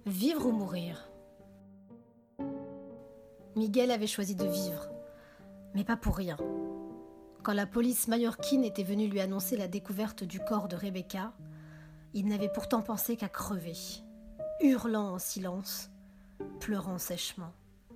Vivre ou mourir? Miguel avait choisi de vivre, mais pas pour rien. Quand la police mallorquine était venue lui annoncer la découverte du corps de Rebecca, il n'avait pourtant pensé qu'à crever, hurlant en silence, pleurant sèchement.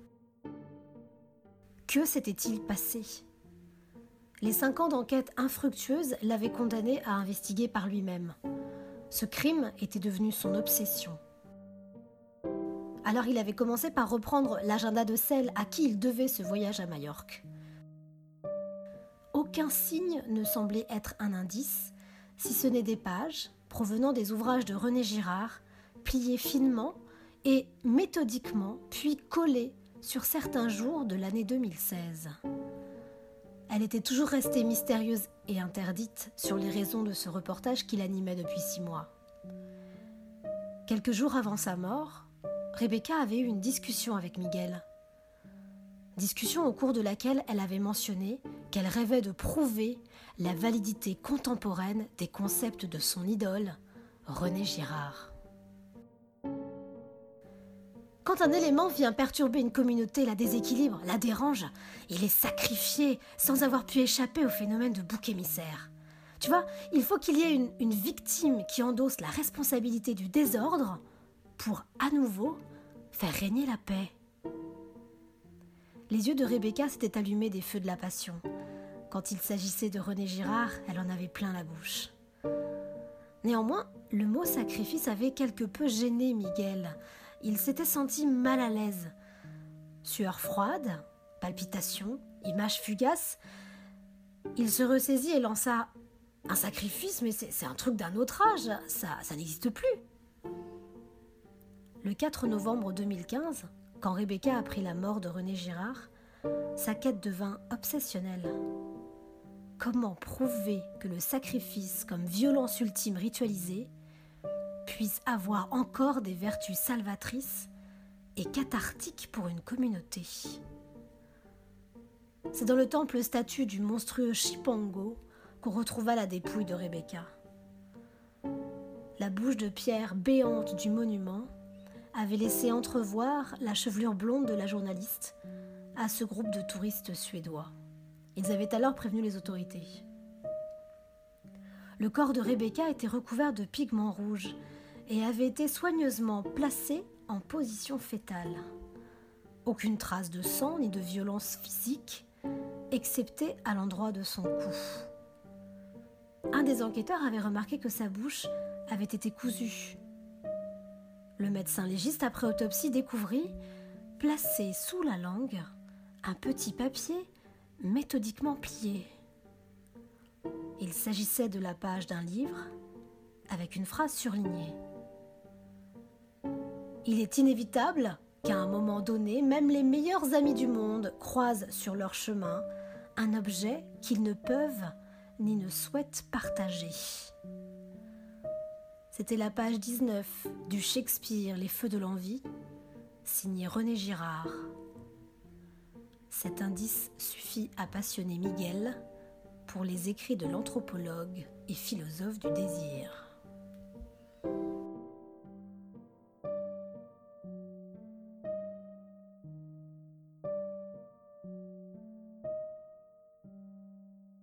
Que s'était-il passé? Les 5 ans d'enquête infructueuse l'avaient condamné à investiguer par lui-même. Ce crime était devenu son obsession. Alors il avait commencé par reprendre l'agenda de celle à qui il devait ce voyage à Majorque. Aucun signe ne semblait être un indice, si ce n'est des pages provenant des ouvrages de René Girard, pliées finement et méthodiquement, puis collées sur certains jours de l'année 2016. Elle était toujours restée mystérieuse et interdite sur les raisons de ce reportage qui l'animait depuis 6 mois. Quelques jours avant sa mort, Rebecca avait eu une discussion avec Miguel. Discussion au cours de laquelle elle avait mentionné qu'elle rêvait de prouver la validité contemporaine des concepts de son idole, René Girard. Quand un élément vient perturber une communauté, la déséquilibre, la dérange, il est sacrifié sans avoir pu échapper au phénomène de bouc émissaire. Tu vois, il faut qu'il y ait une victime qui endosse la responsabilité du désordre pour, à nouveau, faire régner la paix. Les yeux de Rebecca s'étaient allumés des feux de la passion. Quand il s'agissait de René Girard, elle en avait plein la bouche. Néanmoins, le mot sacrifice avait quelque peu gêné Miguel. Il s'était senti mal à l'aise. Sueur froide, palpitations, images fugaces. Il se ressaisit et lança « Un sacrifice, mais c'est un truc d'un autre âge, ça n'existe plus !» Le 4 novembre 2015, quand Rebecca apprit la mort de René Girard, sa quête devint obsessionnelle. Comment prouver que le sacrifice, comme violence ultime ritualisée, puisse avoir encore des vertus salvatrices et cathartiques pour une communauté? C'est dans le temple statue du monstrueux Chipango qu'on retrouva la dépouille de Rebecca. La bouche de pierre béante du monument avait laissé entrevoir la chevelure blonde de la journaliste à ce groupe de touristes suédois. Ils avaient alors prévenu les autorités. Le corps de Rebecca était recouvert de pigments rouges et avait été soigneusement placé en position fétale. Aucune trace de sang ni de violence physique, excepté à l'endroit de son cou. Un des enquêteurs avait remarqué que sa bouche avait été cousue. Le médecin légiste après autopsie découvrit, placé sous la langue, un petit papier méthodiquement plié. Il s'agissait de la page d'un livre avec une phrase surlignée. Il est inévitable qu'à un moment donné, même les meilleurs amis du monde croisent sur leur chemin un objet qu'ils ne peuvent ni ne souhaitent partager. C'était la page 19 du Shakespeare Les Feux de l'envie, signé René Girard. Cet indice suffit à passionner Miguel pour les écrits de l'anthropologue et philosophe du désir.